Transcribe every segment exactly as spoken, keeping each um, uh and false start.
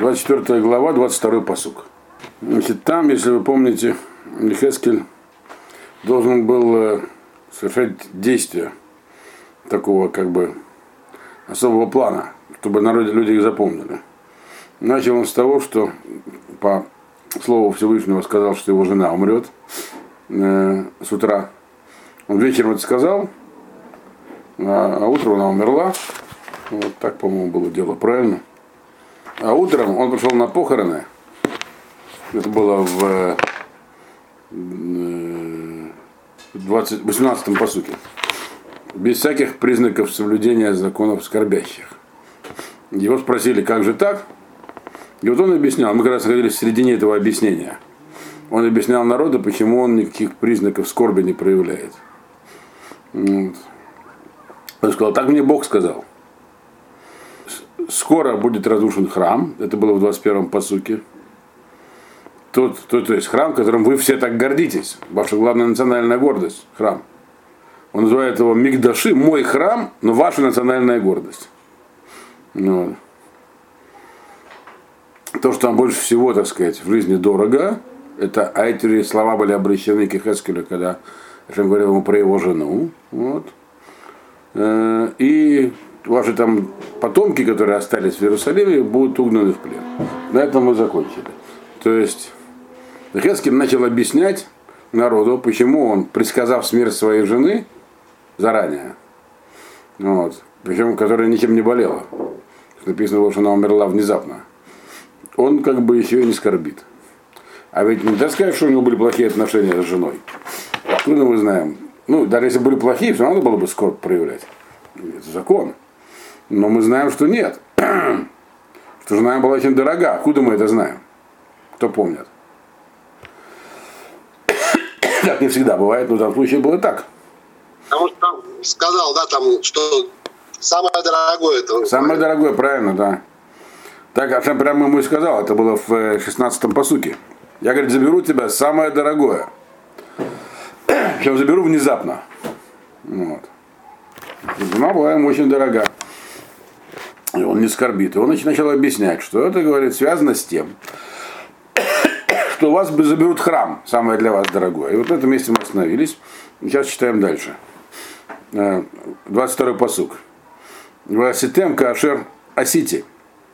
двадцать четвёртая глава, двадцать второй пасук. Значит, там, если вы помните, Йехескель должен был совершать действия такого как бы особого плана, чтобы народе люди их запомнили. Начал он с того, что по слову Всевышнего сказал, что его жена умрет э, с утра. Он вечером это сказал, а, а утром она умерла. Вот так, по-моему, было дело, правильно? А утром он пришел на похороны. Это было в двадцать, восемнадцатом пасуке. Без всяких признаков соблюдения законов скорбящих. Его спросили, как же так? И вот он объяснял, мы как раз находились в середине этого объяснения. Он объяснял народу, почему он никаких признаков скорби не проявляет. Вот. Он сказал, так мне Бог сказал. Скоро будет разрушен храм, это было в двадцать первом пасуке. Тот, то, то есть храм, которым вы все так гордитесь. Ваша главная национальная гордость, храм. Он называет его Мигдаши, мой храм, но ваша национальная гордость. Вот. То, что нам больше всего, так сказать, в жизни дорого, это, а эти слова были обращены к Йехескелю, когда я говорил ему про его жену. Вот. И ваши там потомки, которые остались в Иерусалиме, будут угнаны в плен. На этом мы закончили. То есть Йехескель начал объяснять народу, почему он, предсказав смерть своей жены заранее, вот, причем которая ничем не болела, написано, что она умерла внезапно, он как бы еще и не скорбит. А ведь нельзя сказать, что у него были плохие отношения с женой. Откуда мы знаем? Ну, даже если были плохие, все надо было бы скорбь проявлять. Это закон. Но мы знаем, что нет. Что жена была очень дорога. Откуда мы это знаем? Кто помнит? Так не всегда бывает, но в данном случае было так. Потому что там сказал, да, там, что самое дорогое это. Самое дорогое, правильно, да. Так, а прямо ему и сказал, это было в шестнадцатом пасуке. Я, говорит, заберу тебя самое дорогое. Причем заберу внезапно. Вот. Жена была ему очень дорога. И он не скорбит. И он начал объяснять, что это, говорит, связано с тем, что у вас заберут храм, самое для вас дорогое. И вот на этом месте мы остановились. Сейчас читаем дальше. двадцать второй пасук. Васитем кашер асити.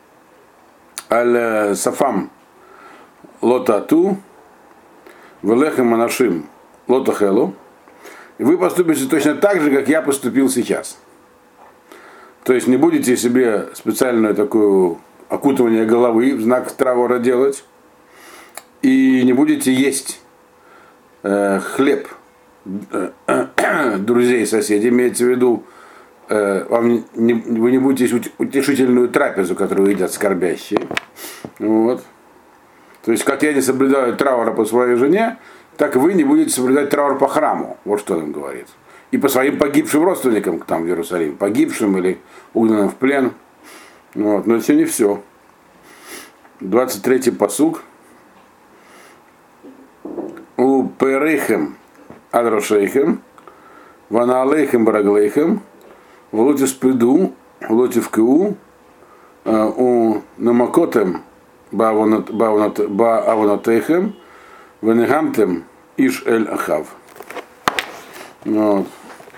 Аль сафам лотату. Велехем анашим лотахелу. И вы поступите точно так же, как я поступил сейчас. То есть не будете себе специальное такое окутывание головы в знак траура делать. И не будете есть э, хлеб э, э, друзей, соседей, имеется в виду, э, вам не, вы не будете есть утешительную трапезу, которую едят скорбящие. Вот. То есть, как я не соблюдаю траура по своей жене, так вы не будете соблюдать траур по храму. Вот что он говорит. И по своим погибшим родственникам там в Иерусалиме, погибшим или угнанным в плен. Вот. Но это не все. двадцать третий пасук. У перейхем адрошейхем, ванаалейхем бараглейхем, волотив спиду, волотив киу, у намакотем баавонотейхем, венегамтем иш эль ахав. Вот.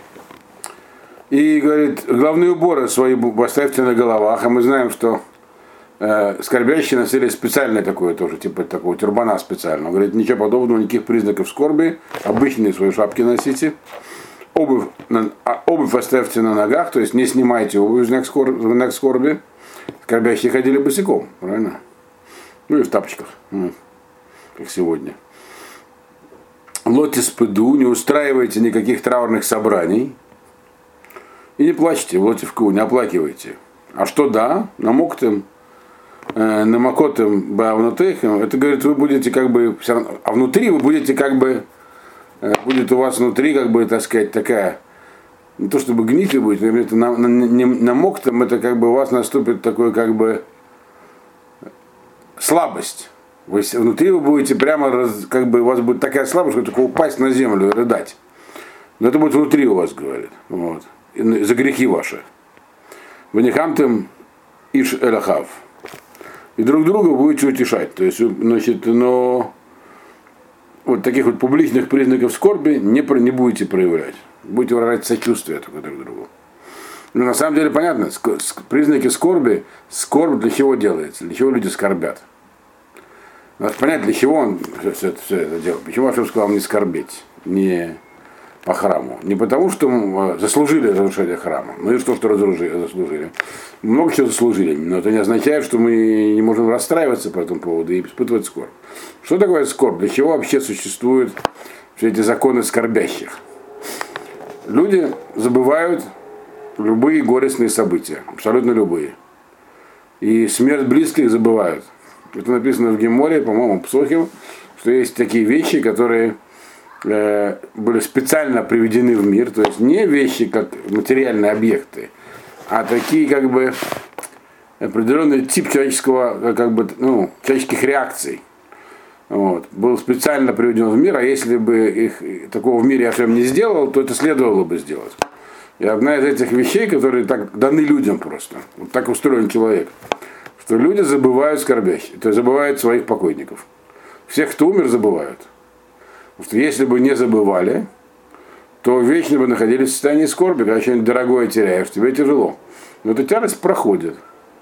И говорит, главные уборы свои поставьте на головах, а мы знаем, что э, скорбящие носили специальное такое тоже, типа такого тюрбана специального. Он говорит, ничего подобного, никаких признаков скорби, обычные свои шапки носите, обувь, на, а, обувь оставьте на ногах, то есть не снимайте обувь в знак скорби, в знак скорби. Скорбящие ходили босиком, правильно? Ну и в тапочках, ну, как сегодня. Лотис пыду, не устраивайте никаких траурных собраний. И не плачьте, лотивку, не оплакивайте. А что да, намоктем, э, намокотем баавнотейхем, это говорит, вы будете как бы, а внутри вы будете как бы, э, будет у вас внутри как бы, так сказать, такая, не то чтобы гнить вы будете, это на, на, на, намоктем, это как бы у вас наступит такой как бы слабость. Вы, внутри вы будете прямо, раз, как бы у вас будет такая слабость, что только упасть на землю и рыдать. Но это будет внутри у вас, говорит. Вот. За грехи ваши. Венехамтем иш элахав. и друг друга будете утешать. То есть, значит, но вот таких вот публичных признаков скорби не, не будете проявлять. Будете выражать сочувствие только друг другу. Ну, на самом деле, понятно, признаки скорби, скорбь для чего делается, для чего люди скорбят. Надо понять, для чего он все это, все это делает. Почему Ашем сказал не скорбеть, не по храму. Не потому, что заслужили разрушение храма, ну и что, что разрушили, заслужили. Много чего заслужили, но это не означает, что мы не можем расстраиваться по этому поводу и испытывать скорбь. Что такое скорбь? Для чего вообще существуют все эти законы скорбящих? Люди забывают любые горестные события, абсолютно любые. И смерть близких забывают. Это написано в Геморе, по-моему, Псохим, что есть такие вещи, которые э, были специально приведены в мир, то есть не вещи как материальные объекты, а такие как бы определенный тип человеческого, как бы, ну, человеческих реакций. Вот. Был специально приведен в мир, а если бы их такого в мире Ашем не сделал, то это следовало бы сделать. И одна из этих вещей, которые так даны людям просто, вот так устроен человек, что люди забывают скорбящих, то есть забывают своих покойников. Всех, кто умер, забывают. Потому что если бы не забывали, то вечно бы находились в состоянии скорби, когда что-нибудь дорогое теряешь, тебе тяжело. Но эта тяжесть проходит.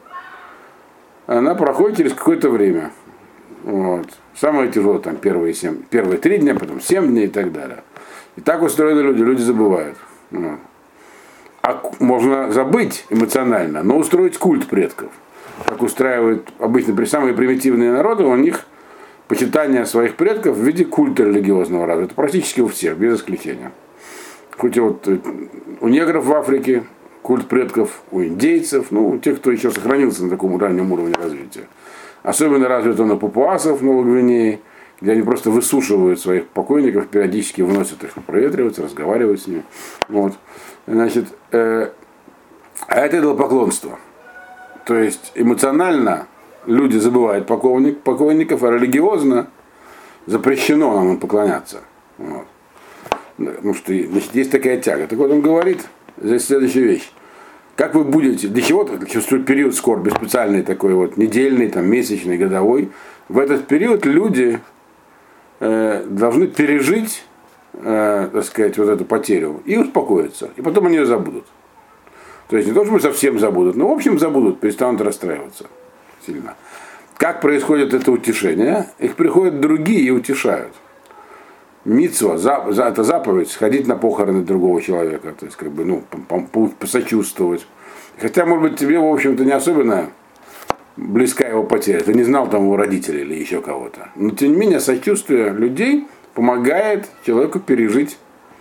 Она проходит через какое-то время. Вот. Самое тяжелое там первые, семь, первые три дня, потом семь дней и так далее. И так устроены люди, люди забывают. Вот. А можно забыть эмоционально, но устроить культ предков. Как устраивают обычно при самые примитивные народы, у них почитание своих предков в виде культа религиозного раза. Это практически у всех, без исключения. Хоть и вот у негров в Африке культ предков, у индейцев, ну, у тех, кто еще сохранился на таком раннем уровне развития. Особенно развито на папуасов в Новой Гвинее, где они просто высушивают своих покойников, периодически выносят их проветривать, разговаривают с ними. Вот. Значит, э, а это идолопоклонство. То есть эмоционально люди забывают покойник, покойников, а религиозно запрещено нам им поклоняться. Вот. Потому что, значит, есть такая тяга. Так вот он говорит, здесь следующая вещь. Как вы будете, для чего-то существует период скорби, специальный такой вот, недельный, там, месячный, годовой. В этот период люди э, должны пережить, э, так сказать, вот эту потерю и успокоиться. И потом они ее забудут. То есть не то, что совсем забудут, но в общем забудут, перестанут расстраиваться сильно. Как происходит это утешение? Их приходят другие и утешают. Мицва, за, за, это заповедь, сходить на похороны другого человека, то есть как бы, ну, посочувствовать. Хотя, может быть, тебе, в общем-то, не особенно близка его потеря, ты не знал там его родителей или еще кого-то. Но, тем не менее, сочувствие людей помогает человеку пережить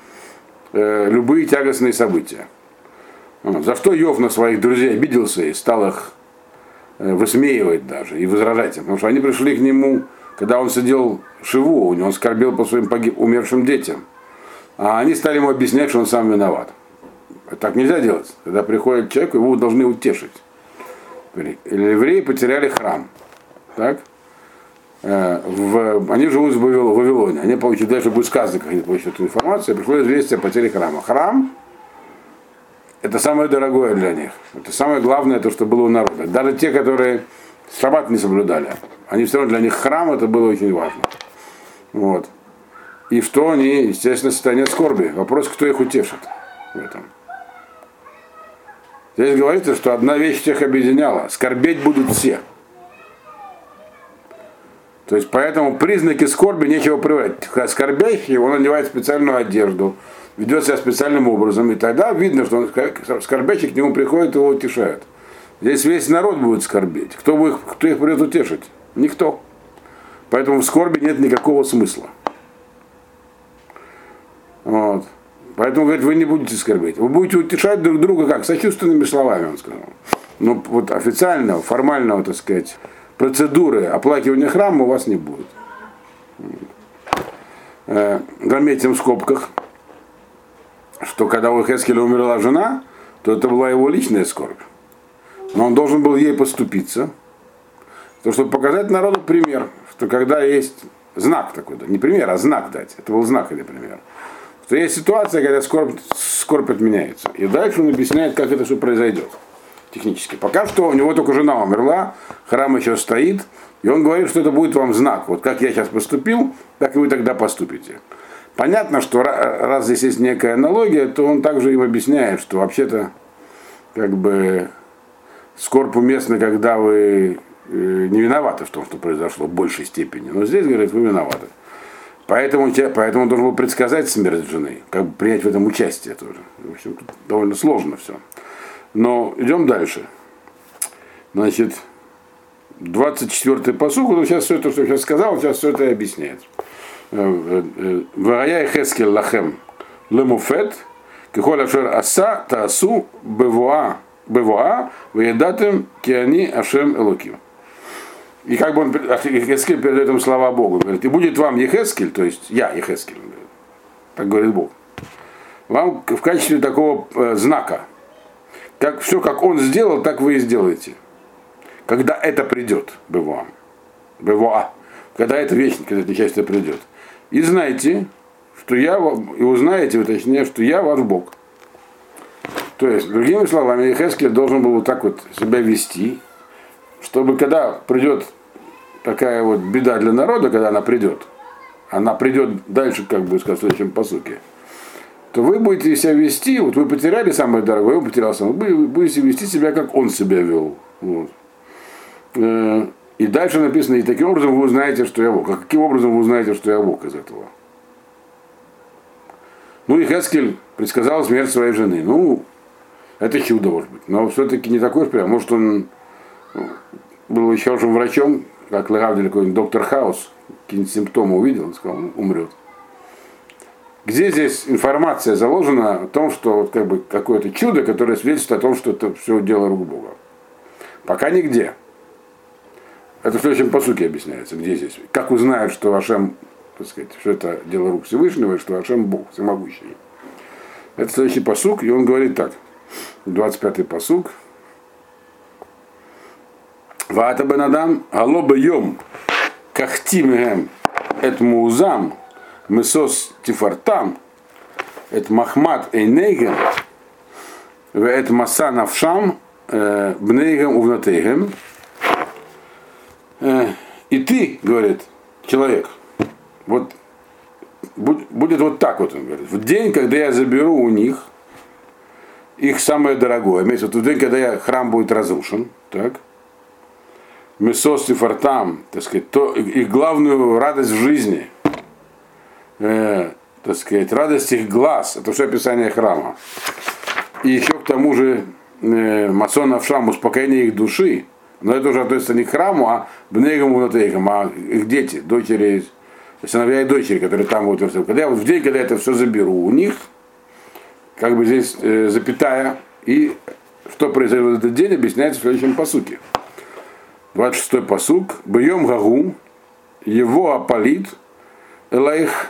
э, любые тягостные события. Вот. За что Йов на своих друзей обиделся и стал их э, высмеивать даже и возражать им, потому что они пришли к нему, когда он сидел в Шиву, он скорбел по своим погиб, умершим детям. А они стали ему объяснять, что он сам виноват. Так нельзя делать. Когда приходит человек, его должны утешить. Евреи потеряли храм. Так? В, они живут в Вавилоне. Они получили, дальше будет сказано, как они получили эту информацию, пришло известие о потере храма. Храм — это самое дорогое для них. Это самое главное, то, что было у народа. Даже те, которые шаббат не соблюдали, они все равно, для них храм это было очень важно. Вот. И что они, естественно, состояние скорби. Вопрос, кто их утешит в этом. Здесь говорится, что одна вещь всех объединяла. Скорбеть будут все. То есть поэтому признаки скорби нечего проявлять. Скорбящий, он надевает специальную одежду, ведет себя специальным образом, и тогда видно, что он, скорбящий к нему приходит и его утешает. Здесь весь народ будет скорбеть. Кто, их, кто их придет утешить? Никто. Поэтому в скорби нет никакого смысла. Вот. Поэтому, говорит, вы не будете скорбеть. Вы будете утешать друг друга как? Сочувственными словами, он сказал. Но вот официального, формального, так сказать, процедуры оплакивания храма у вас не будет. Э, заметим в скобках, что когда у Хескеля умерла жена, то это была его личная скорбь. Но он должен был ей поступиться, то, чтобы показать народу пример, что когда есть знак такой, не пример, а знак дать, это был знак или пример, что есть ситуация, когда скорбь, скорбь отменяется. И дальше он объясняет, как это все произойдет. технически. Пока что у него только жена умерла, храм еще стоит, и он говорит, что это будет вам знак. Вот как я сейчас поступил, так и вы тогда поступите. Понятно, что раз здесь есть некая аналогия, то он также им объясняет, что вообще-то как бы скорбь уместна, когда вы не виноваты в том, что произошло в большей степени. Но здесь, говорит, вы виноваты. Поэтому, поэтому он должен был предсказать смерть жены, как бы принять в этом участие тоже. В общем, тут довольно сложно все. Но идем дальше. Значит, двадцать четвёртый пасук, он сейчас все это, что я сейчас сказал, сейчас все это и объясняет. Варая Хескель лахем лемуфет, кихоль ашер аса таасу бевоа, бевоа, ваедатем киани ашем элоким. И как бы он, Ехескель передает им слова Богу. Говорит, и будет вам Ехескель, то есть я Ехескель, так говорит Бог, вам в качестве такого э, знака. Как, все, как он сделал, так вы и сделаете. Когда это придет, бывам. Бывоа. Когда это вечно, когда это несчастье придет. И знайте, что я, и узнаете, вы точнее, что я ваш Бог. То есть, другими словами, Ехескель должен был вот так вот себя вести, чтобы когда придет такая вот беда для народа, когда она придет, она придет дальше, как бы сказать, в следующем пасуке, то вы будете себя вести, вот вы потеряли самое дорогое, он потерял самое, вы будете вести себя, как он себя вел. Вот. И дальше написано, и таким образом вы узнаете, что я Бог. А каким образом вы узнаете, что я Бог из этого? Ну, Ехескель предсказал смерть своей жены. Ну, это чудо, может быть. Но все-таки не такой прям. Может, он был еще хорошим врачом, как Легавдель, какой-нибудь доктор Хаус, какие-нибудь симптомы увидел, и сказал, он умрет. Где здесь информация заложена о том, что вот как бы какое-то чудо, которое свидетельствует о том, что это все дело рук Бога? Пока нигде. Это в следующем пасуке объясняется, где здесь. Как узнают, что Ашем, так сказать, что это дело рук Всевышнего, и что Ашем Бог, всемогущий. Это следующий пасук, и он говорит так. двадцать пятый пасук. Ваата бен адам, алло бьем, кахтимем, эт музам, месос тифартам, эт махмат эйнейгем, эт маса навшам, бнейгем увнатейгем. И ты, говорит человек, вот будет вот так вот, он говорит, в день, когда я заберу у них их самое дорогое, имеется в виду, в день, когда я, храм будет разрушен, так, месос и фартам, так сказать, то, их главную радость в жизни, э, так сказать, радость их глаз, это все описание храма. И еще к тому же э, масон авшам, успокоение их души, но это уже относится не к храму, а бнейгам внутейгам, а их дети, дочери, сыновья и дочери, которые там будут. Когда я вот в день, когда я это все заберу у них, как бы здесь э, запятая, и что произойдет в этот день, объясняется в следующем пасуке. двадцать шестой пасук. Бьем гагу, его апалит, элаих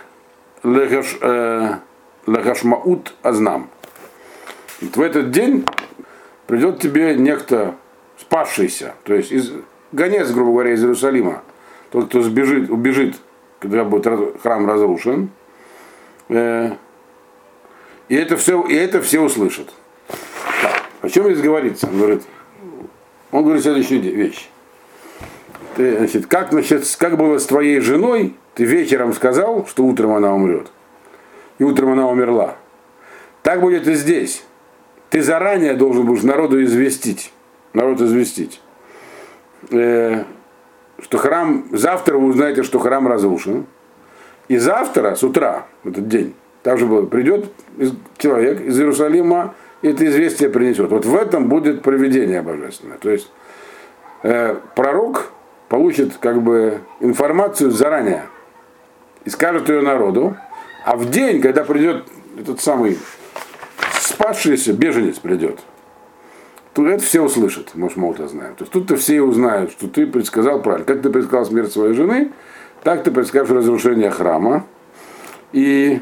легашмаут азнам. В этот день придет тебе некто спасшийся, то есть из, гонец, грубо говоря, из Иерусалима, тот, кто сбежит, убежит, когда будет храм разрушен, э, и это все, и это все услышат. Так, о чем здесь говорится? Он говорит, он говорит следующую вещь. Ты, значит, как, значит, как было с твоей женой, ты вечером сказал, что утром она умрет, и утром она умерла. Так будет и здесь. Ты заранее должен будешь народу известить, народ известить, э, что храм, завтра вы узнаете, что храм разрушен, и завтра, с утра, в этот день, также было, придет человек из Иерусалима, и это известие принесет. Вот в этом будет провидение божественное. То есть э, пророк получит как бы информацию заранее и скажет ее народу, а в день, когда придет этот самый спасшийся, беженец придет, то это все услышат, может, мол, это знаем. То есть тут-то все узнают, что ты предсказал правильно. Как ты предсказал смерть своей жены, так ты предскажешь разрушение храма. И,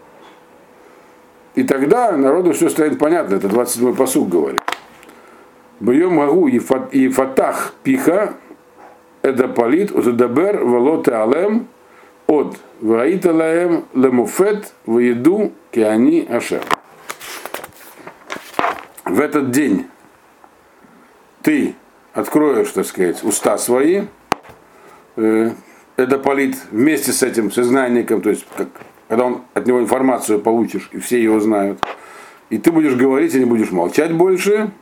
и тогда народу все станет понятно. Это двадцать седьмой пасук говорит. Бьем магу и фатах пиха эдаполит утадабер велоте алем от ваиталаем лемуфет ваеду киани ашер. В этот день ты откроешь, так сказать, уста свои, э, Эдополит вместе с этим, с изгнанником, то есть как, когда он от него информацию получишь, и все его знают, и ты будешь говорить, и не будешь молчать больше,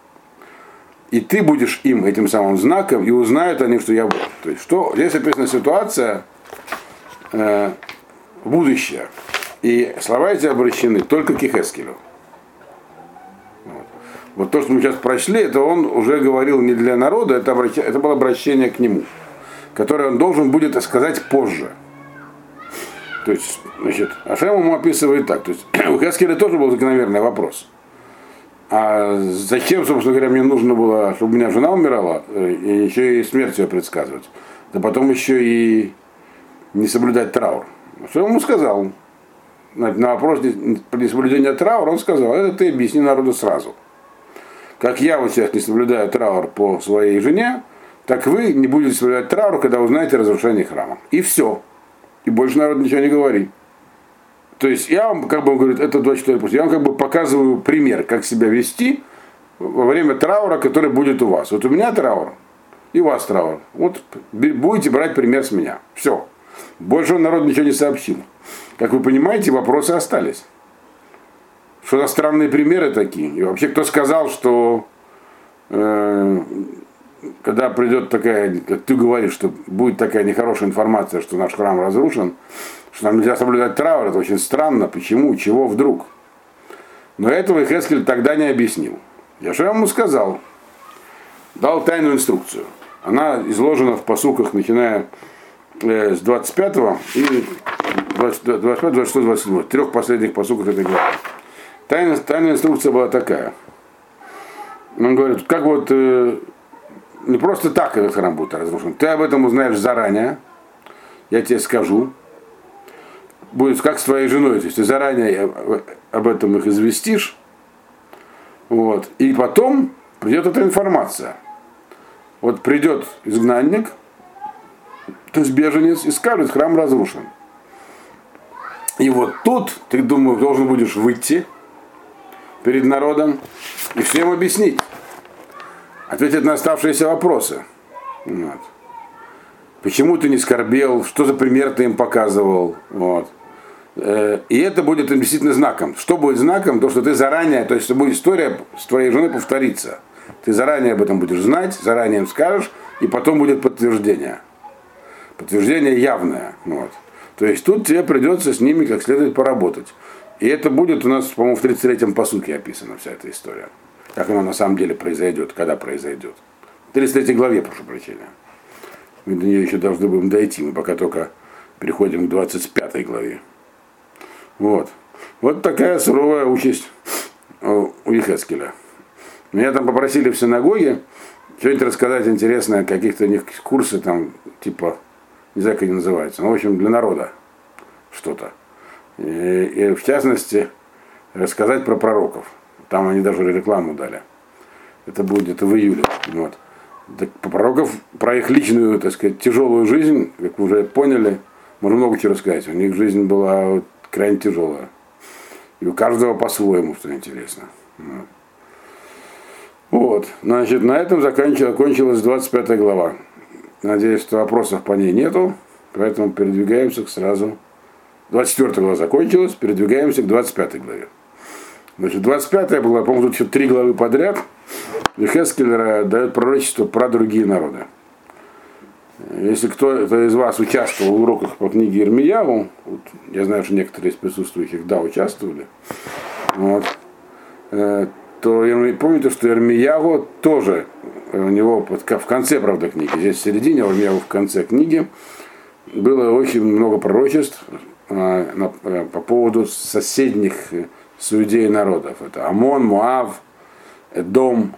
и ты будешь им этим самым знаком, и узнают они, что я Бог. То есть что, здесь описана ситуация э, будущее. И слова эти обращены только к Йехескелю. Вот. Вот то, что мы сейчас прочли, это он уже говорил не для народа, это, обращ... это было обращение к нему, которое он должен будет сказать позже. То есть, значит, Ашем ему описывает так. То есть у Йехескеля тоже был закономерный вопрос. А зачем, собственно говоря, мне нужно было, чтобы у меня жена умирала, и еще и смерть ее предсказывать, да потом еще и не соблюдать траур. Что он ему сказал? На, на вопрос при соблюдении траура он сказал, это ты объясни народу сразу. Как я вот сейчас не соблюдаю траур по своей жене, так вы не будете соблюдать траур, когда узнаете разрушение храма. И все. И больше народ ничего не говорит. То есть я вам, как бы он говорит, это двадцать четыре пусть, я вам как бы показываю пример, как себя вести во время траура, который будет у вас. Вот у меня траур, и у вас траур. Вот будете брать пример с меня. Все. Больше народ ничего не сообщил. Как вы понимаете, вопросы остались. Что за странные примеры такие? И вообще, кто сказал, что э, когда придет такая, как ты говоришь, что будет такая нехорошая информация, что наш храм разрушен, что нам нельзя соблюдать траур, это очень странно, почему, чего вдруг. Но этого Йехескель тогда не объяснил. Я что ему сказал? Дал тайную инструкцию. Она изложена в пасуках, начиная э, с двадцать пятого и двадцать пятого, двадцать шестого, двадцать седьмого, трех последних пасуках этой главы. Тайная, тайная инструкция была такая. Он говорит, как вот э, не просто так этот храм будет разрушен. Ты об этом узнаешь заранее. Я тебе скажу. Будет как с твоей женой. То есть ты заранее об этом их известишь. Вот. И потом придет эта информация. Вот придет изгнанник, то есть беженец, и скажет, храм разрушен. И вот тут ты, думаю, должен будешь выйти перед народом и всем объяснить. Ответить на оставшиеся вопросы. Вот. Почему ты не скорбел, что за пример ты им показывал. Вот. И это будет действительно знаком. Что будет знаком? То, что ты заранее, то есть что будет история с твоей женой повториться. Ты заранее об этом будешь знать, заранее им скажешь, и потом будет подтверждение. Подтверждение явное. Вот. То есть тут тебе придется с ними как следует поработать. И это будет у нас, по-моему, в тридцать третьем пасуке описана вся эта история. Как она на самом деле произойдет, когда произойдет. В тридцать третьей главе, прошу прощения. Мы до нее еще должны будем дойти, мы пока только переходим к двадцать пятой главе. Вот. Вот такая суровая участь у Йехескеля. Меня там попросили в синагоге что-нибудь рассказать интересное, каких-то у них курсы там, типа, не знаю, как они называются, ну, в общем, для народа что-то. И, и в частности, рассказать про пророков. Там они даже рекламу дали. Это будет где-то в июле. Вот. Так, по пророков, про их личную, так сказать, тяжелую жизнь, как вы уже поняли, можно много чего рассказать. У них жизнь была вот крайне тяжелая. И у каждого по-своему, что интересно. Вот. Вот. Значит, на этом закончилась двадцать пятая глава. Надеюсь, что вопросов по ней нету, поэтому передвигаемся к сразу. двадцать четвёртая глава закончилась, передвигаемся к двадцать пятой главе. Значит, двадцать пятая была, по-моему, тут еще три главы подряд. Йехескель дает пророчество про другие народы. Если кто-то из вас участвовал в уроках по книге Ирмияву, вот, я знаю, что некоторые из присутствующих, да, участвовали, вот, э, то помните, что Ирмияву тоже, у него в конце, правда, книги, здесь в середине, а у Ирмияву в конце книги, было очень много пророчеств э, на, э, по поводу соседних с Иудеей народов. Это Амон, Моав, Эдом,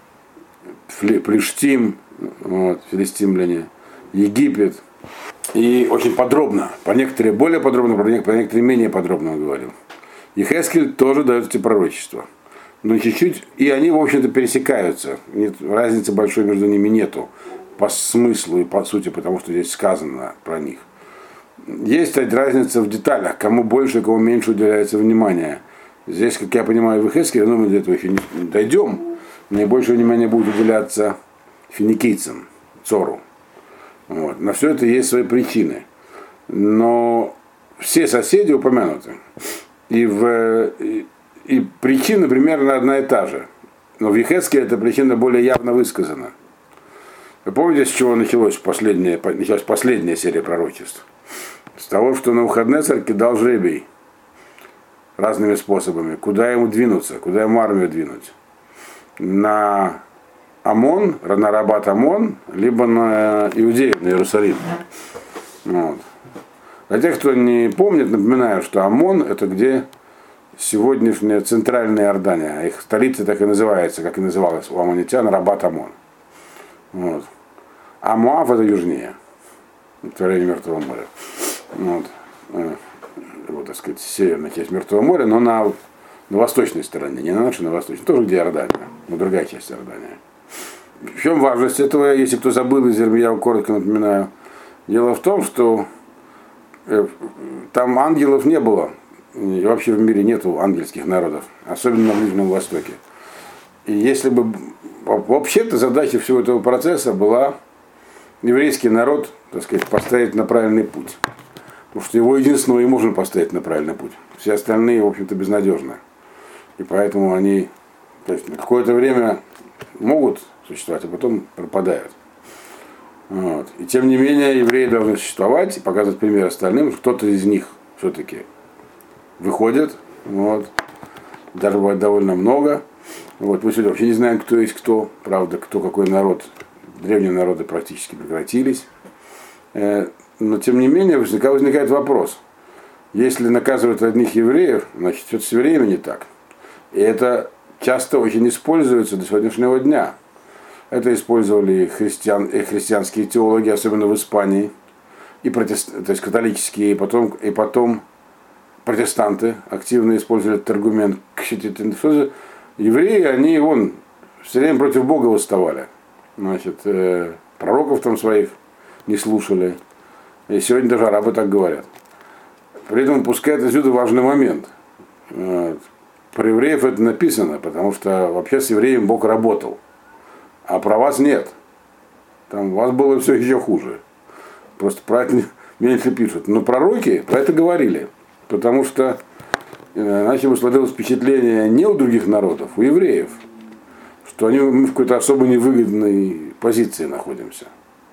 Плештим, вот, филистимляне, Египет. И очень подробно, по некоторые более подробно, по некоторые менее подробно он говорил. Йехескель тоже дает эти пророчества. Но чуть-чуть, и они, в общем-то, пересекаются. Нет, разницы большой между ними нету по смыслу и по сути, потому что здесь сказано про них. Есть разница в деталях, кому больше, кому меньше уделяется внимания. Здесь, как я понимаю, в Йехескеле, ну мы до этого еще не дойдем, мне больше внимания будет уделяться финикийцам, Цору. Вот. На все это есть свои причины. Но все соседи упомянуты. И, в, и, и причина примерно одна и та же. Но в Ехескеле эта причина более явно высказана. Вы помните, с чего началось последняя, началась последняя серия пророчеств? С того, что Навуходоносор кидал жребий разными способами. Куда ему двинуться, куда ему армию двинуть. На Амон, на Рабат Амон, либо на Иудею, на Иерусалим. Вот. Для тех, кто не помнит, напоминаю, что Амон это где сегодняшняя центральная Иордания. Их столица так и называется, как и называлась у аммонитян, Рабат Амон. Вот. А Моав это южнее, в районе Мертвого моря. Вот. Вот, так сказать, северная часть Мертвого моря, но на, на восточной стороне, не на нашей, на восточной, тоже где Иордания, но другая часть Иордания. В чем важность этого, если кто забыл из Ирмияу, коротко напоминаю. Дело в том, что там ангелов не было, и вообще в мире нету ангельских народов, особенно на Ближнем Востоке. И если бы вообще-то задача всего этого процесса была еврейский народ, так сказать, поставить на правильный путь. Потому что его единственного и можно поставить на правильный путь. Все остальные, в общем-то, безнадежны. И поэтому они, то есть, на какое-то время могут существовать, а потом пропадают. Вот. И тем не менее, евреи должны существовать и показывать пример остальным, что кто-то из них все-таки выходит. Вот. Даже бывает довольно много. Вот. Мы сегодня вообще не знаем, кто есть кто. Правда, кто какой народ. Древние народы практически прекратились. Но тем не менее, возникает, возникает вопрос. Если наказывают одних евреев, значит, что-то с евреями не так. И это часто очень используется до сегодняшнего дня. Это использовали христиан, и христианские теологи, особенно в Испании, и протест, то есть католические, и потом, и потом протестанты активно использовали этот аргумент. Евреи, они вон, все время против Бога восставали. Значит, э, пророков там своих не слушали. И сегодня даже арабы так говорят. При этом упускает отсюда важный момент. Вот. Про евреев это написано, потому что вообще с евреем Бог работал. А про вас нет. Там у вас было все еще хуже. Просто про это меньше пишут. Но пророки про это говорили. Потому что иначе бы сложилось впечатление не у других народов, у евреев. Что они, мы в какой-то особо невыгодной позиции находимся.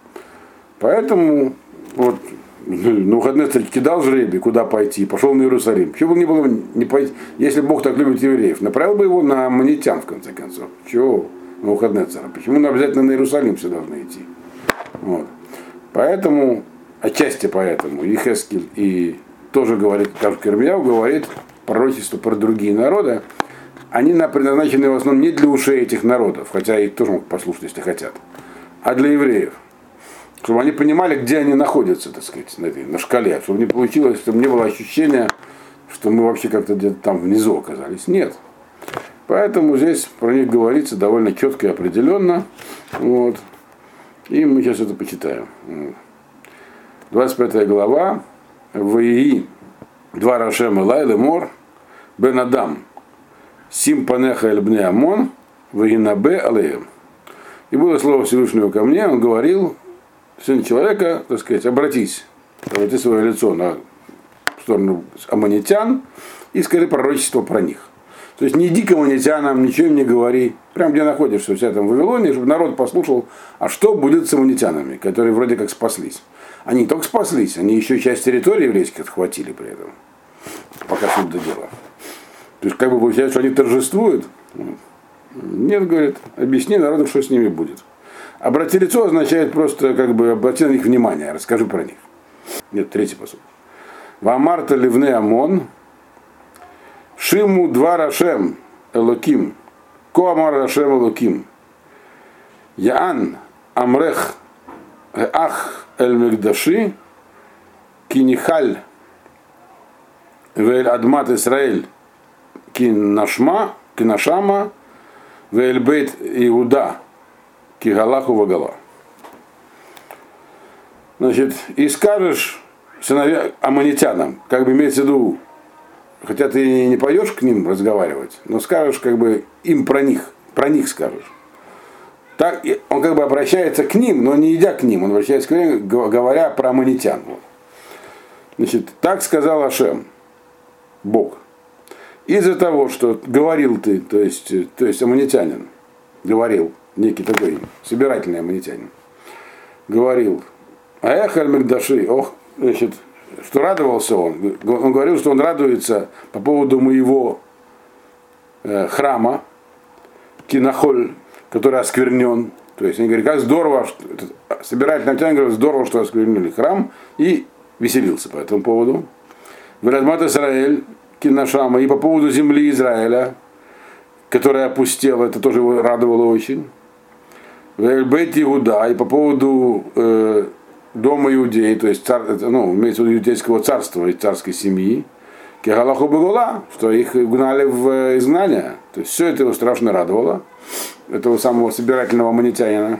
Поэтому вот, Навуходоносор кидал жребий, куда пойти, пошел на Иерусалим. Почему бы не было не пойти, если Бог так любит евреев, направил бы его на аммонитян, в конце концов. Чего Навуходоносора? Почему обязательно на Иерусалим все должны идти? Вот. Поэтому, отчасти поэтому, Ехескель и тоже говорит, как Ирмияу говорит, пророчество про другие народы, они предназначены в основном не для ушей этих народов, хотя их тоже могут послушать, если хотят, а для евреев. Чтобы они понимали, где они находятся, так сказать, на, этой, на шкале, чтобы не получилось, чтобы не было ощущения, что мы вообще как-то где-то там внизу оказались. Нет. Поэтому здесь про них говорится довольно четко и определенно. Вот. И мы сейчас это почитаем. двадцать пятая глава. Ваии два Рашем Элай Лемор Бен Адам Сим Панеха Эль Бне Амон Ваинабе Алеем. И было слово Всевышнего ко мне, он говорил: сын человека, так сказать, обратись, обрати свое лицо на сторону аммонитян и скажи пророчество про них. То есть не иди к аммонитянам, ничего им не говори, прям где находишься у себя там в Вавилоне, чтобы народ послушал, а что будет с аммонитянами, которые вроде как спаслись. Они не только спаслись, они еще часть территории еврейских отхватили при этом, пока суть до дела. То есть как бы получается, что они торжествуют. Нет, говорит, объясни народу, что с ними будет. Обрати лицо означает просто как бы обрати на них внимание, расскажи про них. Нет, третий посыл. Вамарта ливне Амон, Шиму два Рашем Элоким, Коамар Рашем Элоким, Яан Амрех Ах Эль Мегдаши, Кинихаль Вэль Адмат Исраэль, Кинашма, Кинашама, Вэль Бейт Иуда, Кигалаху Вагала. Значит, и скажешь сыновья аммонитянам, как бы имеется в виду, хотя ты не пойдешь к ним разговаривать, но скажешь как бы им про них, про них скажешь. Так, он как бы обращается к ним, но не идя к ним, он обращается к ним, говоря про аммонитян. Значит, так сказал Ашем, Бог. Из-за того, что говорил ты, то есть, то есть аммонитянин, говорил, некий такой собирательный аммонитянин, говорил, Аэхаль Мигдаши, ох, значит, что радовался он. Он говорил, что он радуется по поводу моего э, храма, Кинахоль, который осквернен. То есть они говорят, как здорово, что, собирательный аммонитянин говорит, здорово, что осквернили храм, и веселился по этому поводу. Вирадмат Исраэль, Кинашама, и по поводу земли Израиля, которая опустела, это тоже его радовало очень. Бейт Иуда, и по поводу э, дома Иудеи, то есть цар, ну, имеется в виду иудейского царства и царской семьи, Кегалаху Багула, что их гнали в изгнание. То есть все это его страшно радовало, этого самого собирательного аммонитянина.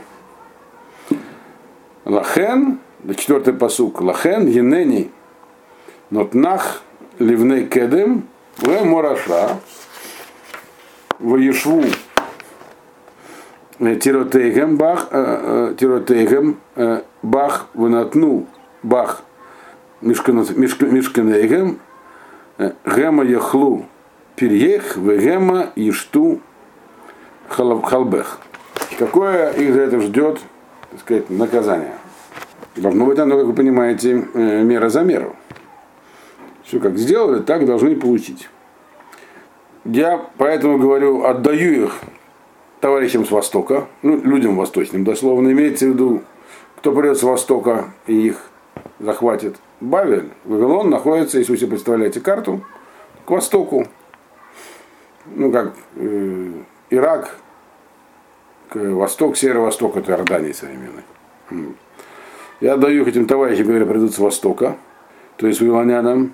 Лахен, четвертый пасук, Лахен, Енени, Нотнах, Ливней Кедем, В Мораша, Ваешву, Тиротейгем, Бах, Тиротейгем, Бах, Ванатну, Бах, Мишканейгем, Гема Яхлу, Перьех, Вегема, Ешту, Халбех. Какое их за это ждет, так сказать, наказание? Должно быть оно, как вы понимаете, мера за меру. Все как сделали, так должны получить. Я поэтому говорю, отдаю их товарищам с Востока, ну, людям восточным дословно, имеется в виду, кто придет с Востока и их захватит. Бавель, Вавилон находится, если вы себе представляете карту, к востоку, ну как э, Ирак, к восток, северо-восток от Иордании современной. Я отдаю их этим товарищам, которые придут с Востока, то есть вавилонянам,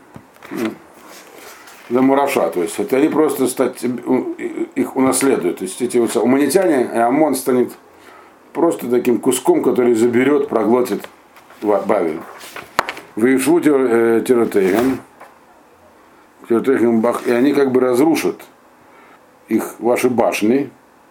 за Мураша, то есть это они просто стать, их унаследуют. То есть эти вот аммонитяне, и Амон станет просто таким куском, который заберет, проглотит Бавель. Выешву Тиротейган, и они как бы разрушат их, ваши башни.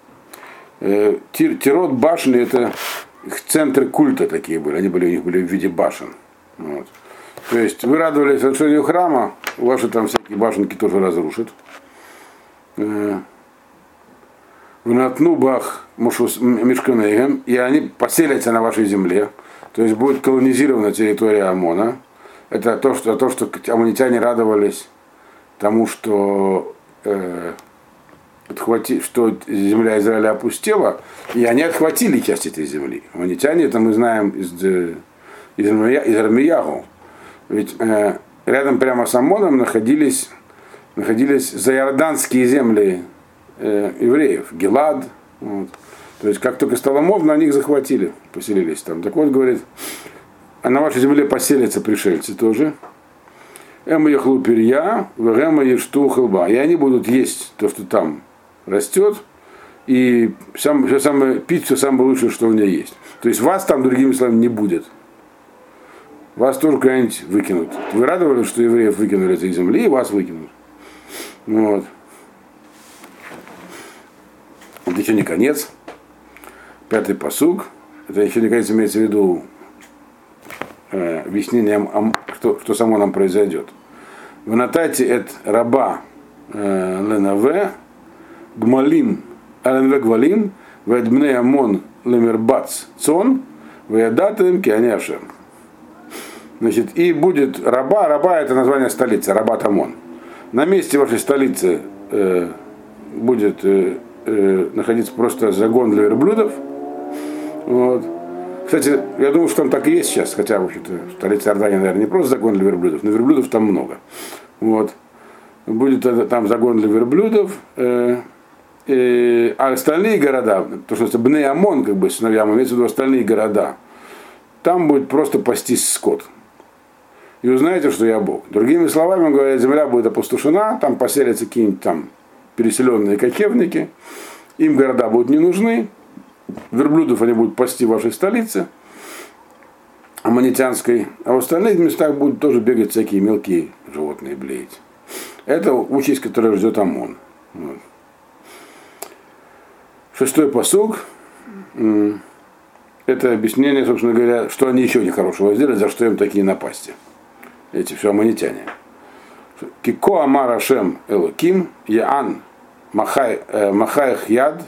Тирот башни — это их центры культа такие были, они были, у них были в виде башен. Вот. То есть вы радовались разрушению храма, ваши там всякие башенки тоже разрушат. Внатну бах мишканейгем, и они поселятся на вашей земле. То есть будет колонизирована территория Амона. Это то, что, то, что аммонитяне радовались тому, что, э, отхвати, что земля Израиля опустела, и они отхватили часть этой земли. Аммонитяне, это мы знаем из, из, из Армиягу. Ведь э, рядом прямо с Амоном находились, находились заиорданские земли э, евреев, Гилад. Вот. То есть как только стало модно, они их захватили, поселились там. Так вот, говорит, а на вашей земле поселятся пришельцы тоже. Эма яхлу перья, вэгэма ешту хлба. И они будут есть то, что там растет, и сам, все самое, пить все самое лучшее, что у меня есть. То есть вас там, другими словами, не будет. Вас тоже куда-нибудь выкинут. Вы радовались, что евреев выкинули из их земли, и вас выкинут. Вот. Это еще не конец. Пятый пасук. Это еще не конец, имеется в виду э, объяснением, что, что само нам произойдет. В натате это раба э, ленаве гмалим аленве гвалим ведмне амон лемербац цон веядатым кианяшем. Значит, и будет раба, раба — это название столицы, Рабат Амон. На месте вашей столицы э, будет э, э, находиться просто загон для верблюдов. Вот. Кстати, я думаю, что там так и есть сейчас, хотя, в общем-то, столица Иордании, наверное, не просто загон для верблюдов, но верблюдов там много. Вот. Будет там загон для верблюдов, э, э, а остальные города, то, что Бней Амон, как бы, сыновьям, имеется в виду остальные города, там будет просто пастись скот. И узнаете, что я Бог. Другими словами, он говорит, земля будет опустошена, там поселятся какие-нибудь там переселенные кочевники, им города будут не нужны, верблюдов они будут пасти в вашей столице, аммонитянской, а в остальных местах будут тоже бегать всякие мелкие животные, блеять. Это участь, которая ждет Амон. Вот. Шестой пасук. это объяснение, собственно говоря, что они еще нехорошего сделали, за что им такие напасти. Эти все аммонитяне. Кико амар Ашем Элоким, Яан Махаях Яд,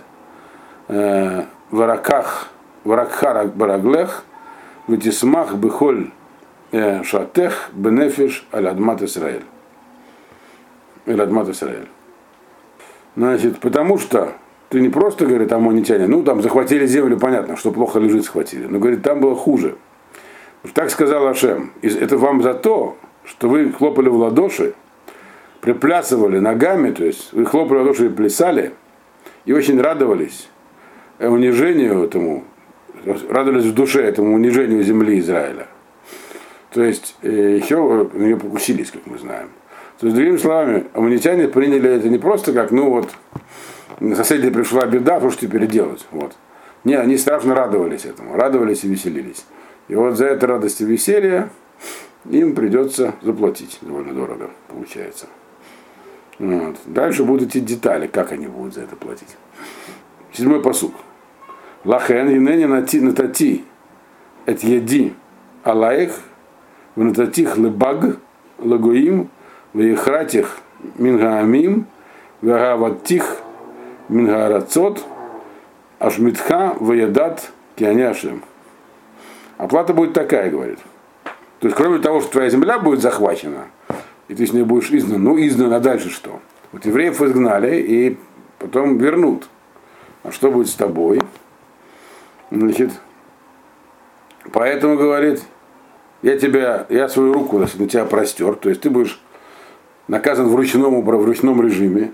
Вараках, Варакхарак Бараглех, Витисмах Бихоль Шатех Бенефиш Аль-Адмат Исраэль. Аль-Адмат Исраэль. Значит, потому что ты не просто, говорит, аммонитяне, ну там захватили землю, понятно, что плохо лежит, схватили. Но, говорит, там было хуже. Так сказал Ашем. Это вам за то, что вы хлопали в ладоши, приплясывали ногами, то есть вы хлопали в ладоши и плясали, и очень радовались унижению этому, радовались в душе этому унижению земли Израиля. То есть еще на нее покусились, как мы знаем. То есть, другими словами, аммонитяне приняли это не просто как, ну вот, на соседей пришла беда, что ж теперь делать. Вот. Не, они страшно радовались этому, радовались и веселились. И вот за это радость и веселье им придется заплатить довольно дорого, получается. Вот. Дальше будут идти детали, как они будут за это платить. Седьмой пасук. Лахен енени натати эт еди алаих внататих лебаг лагуим вехратих мингаамим вегаватих мингарацот ашмитха ваядат кианяшем. Оплата будет такая, говорит. То есть, кроме того, что твоя земля будет захвачена, и ты с ней будешь изгнан, ну изгнан, а дальше что? Вот евреев изгнали и потом вернут. А что будет с тобой? Значит, поэтому, говорит, я тебя, я свою руку на тебя простер, то есть ты будешь наказан в ручном, в ручном режиме,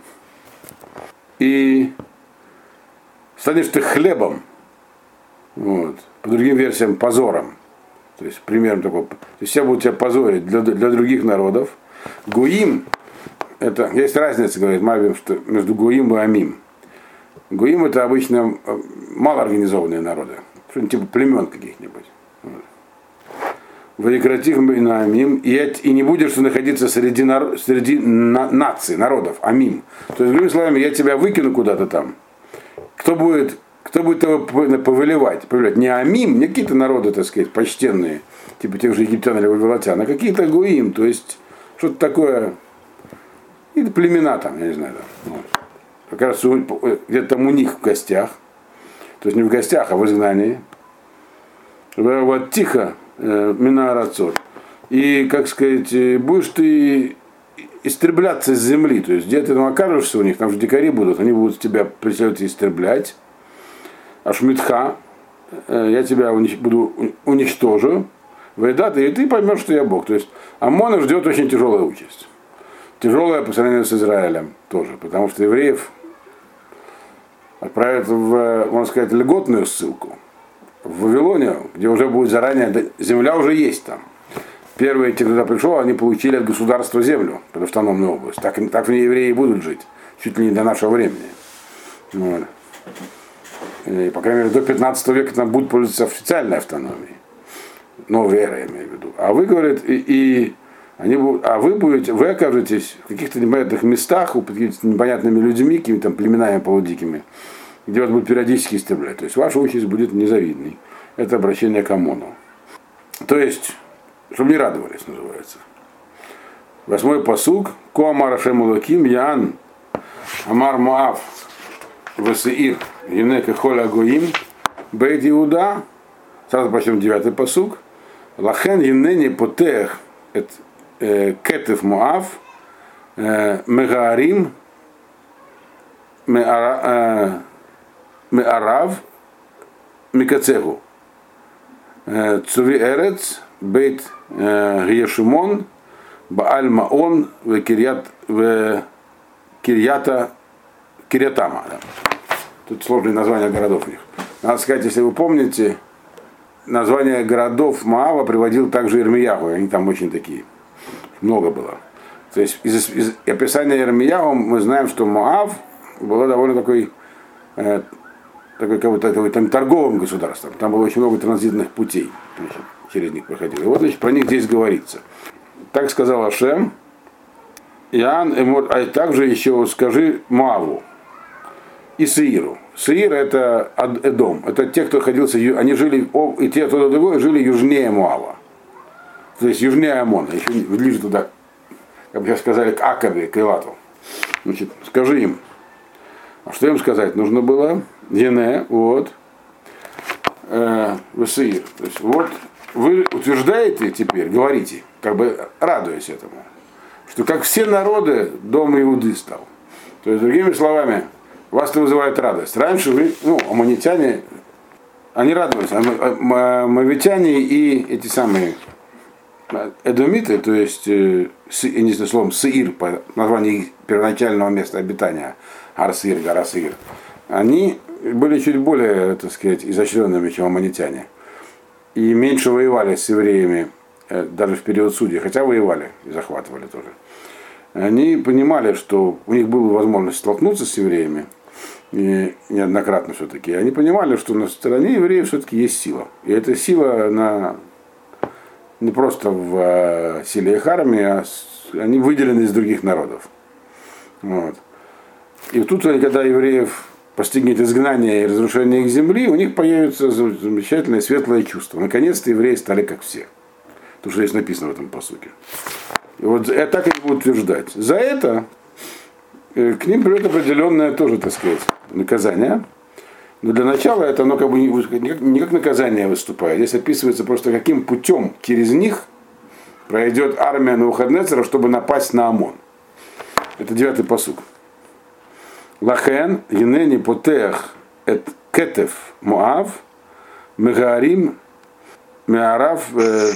и станешь ты хлебом, вот, по другим версиям позором, то есть примерно такой, то есть все будут тебя позорить для, для других народов. Гуим, это, есть разница, говорит Мальбим, что между Гуим и Амим. Гуим это обычно малоорганизованные народы, что-нибудь типа племен каких-нибудь. Ваикратих на Амим, и, и не будешь находиться среди, нар, среди на, наций, народов, Амим. То есть, другими словами, я тебя выкину куда-то там. Кто будет, кто будет его повелевать? повелевать? Не Амим, не какие-то народы, так сказать, почтенные, типа тех же египтян или вавилотян, а какие-то Гуим, то есть что-то такое, какие-то племена там, я не знаю. Там, вот. Как раз где-то там у них в гостях, то есть не в гостях, а в изгнании. Вот тихо, Минарацот. И, как сказать, будешь ты истребляться с земли. То есть, где ты там окажешься у них, там же дикари будут, они будут тебя преследовать и истреблять. А Шмитха, я тебя буду уничтожу. Вайдат, и ты поймешь, что я Бог. То есть, Аммона ждет очень тяжелая участь. Тяжелая по сравнению с Израилем тоже. Потому что евреев отправят в, можно сказать, льготную ссылку. В Вавилонию, где уже будет заранее, земля уже есть там. Первые, те, кто пришел, они получили от государства землю под автономную область. Так, так в ней евреи будут жить, чуть ли не до нашего времени. Вот. И, по крайней мере, до пятнадцатого века там будет пользоваться официальной автономией. Новая эра, я имею в виду. А вы, говорят, и, и они будут, а вы будете, вы окажетесь в каких-то непонятных местах, у какими-то непонятными людьми, какими-то племенами полудикими, где вас будут периодически истреблять. То есть ваша участь будет незавидной. Это обращение к Амону. То есть, чтобы не радовались, называется. Восьмой пасук. Ко амар Ашем Элоким Яан Амар Моав Весеир Юнек и Холь Агоим Бейт Иуда. Сразу прочтем девятый пасук. Лахен Юнени Потех Эт Кетев Моав Мегарим Меара Меарав Микацегу Цуви Эрец Бейт Гиешимон Бааль Маон в Кирьят в Кирьята Кирьятама. Тут сложные названия городов у них. Надо сказать, если вы помните, название городов Моава приводил также Ирмияху, они там очень такие, много было. То есть из, из описания Ирмияху мы знаем, что Моав было довольно такой э, такой, как будто, такой там, торговым государством. Там было очень много транзитных путей, значит, через них проходили. И вот, значит, про них здесь говорится. Так сказал Ашем, Иоанн, а также еще скажи Моаву, и Сеиру. Сеир это Эдом. Это те, кто находился, они жили, и те, кто другой, жили южнее Моава. То есть южнее Амона, еще ближе туда, как бы сейчас сказали, к Акаве, к Илату. Значит, скажи им, а что им сказать нужно было? Ене, вот, э, Сеир. То есть вот, вы утверждаете теперь, говорите, как бы радуясь этому, что как все народы, дом Иуды стал. То есть, другими словами, вас это вызывает радость. Раньше вы, ну, аммонитяне, они радовались, а мавитяне и эти самые эдомиты, то есть, я не знаю словом, Сеир, по названию их первоначального места обитания, Ар-Сеир, гора Сеир, они были чуть более, так сказать, изощренными, чем аммонитяне. И меньше воевали с евреями, даже в период судей, хотя воевали и захватывали тоже. Они понимали, что у них была возможность столкнуться с евреями, и неоднократно все-таки. Они понимали, что на стороне евреев все-таки есть сила. И эта сила, она не просто в силе их армии, а они выделены из других народов. Вот. И тут, когда евреев постигнет изгнание и разрушение их земли, у них появится замечательное светлое чувство. Наконец-то евреи стали как все. То, что здесь написано в этом посуке. И вот так они будут утверждать. За это к ним придет определенное тоже, так сказать, наказание. Но для начала это оно как бы не как наказание выступает. Здесь описывается просто, каким путем через них пройдет армия Навуходоносора, чтобы напасть на Амон. Это девятый пасук. Лахен енени потех эт кетев Моав мегарим меарав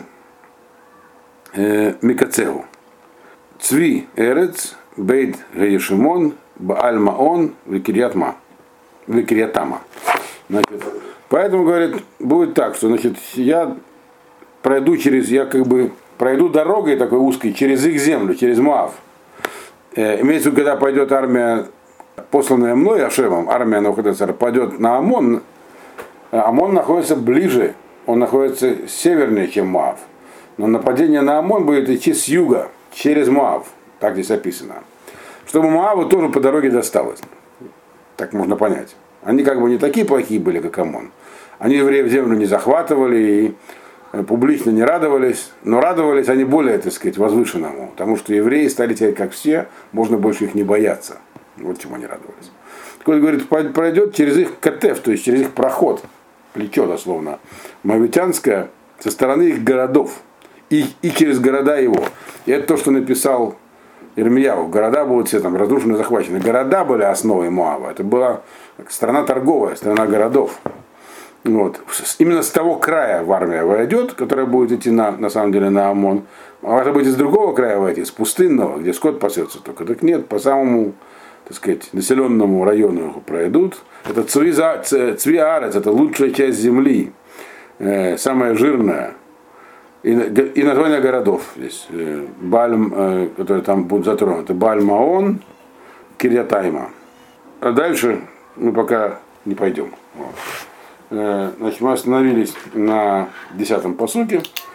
микацеву. Цви эрец бейт гаешимон бааль маон викирьятма. Викирьятама. Значит, поэтому, говорит, будет так, что, значит, я пройду через, я как бы пройду дорогой такой узкой через их землю, через Моав. Э, имеется в виду, когда пойдет армия, посланная мной, Ашемом, армия Навуходоносора, пойдет на Амон. Амон находится ближе, он находится севернее, чем Моав. Но нападение на Амон будет идти с юга, через Моав. Так здесь описано. Чтобы Моаву тоже по дороге досталось. Так можно понять. Они как бы не такие плохие были, как Амон. Они евреев землю не захватывали и публично не радовались, но радовались они более, так сказать, возвышенному, потому что евреи стали теперь как все, можно больше их не бояться. Вот чему они радовались. Так вот, говорит, пройдет через их катеф, то есть через их проход, плечо дословно, мавитянское, со стороны их городов, и, и через города его. И это то, что написал Ирмияу. Города будут все там разрушены, захвачены. Города были основой Моава. Это была страна торговая, страна городов. Вот. Именно с того края в армия войдет, которая будет идти на, на самом деле на Амон. А может быть из другого края войти, с пустынного, где скот пасется только. Так нет, по самому, так сказать, населенному району пройдут. Это Цви-Аарец, это лучшая часть земли, э, самая жирная. И, и название городов здесь, э, Бальм, э, которые там будут затронуты. Баль-Маон, Кирьятайма. А дальше мы пока не пойдем. Вот. Э, значит, мы остановились на десятом пасуке.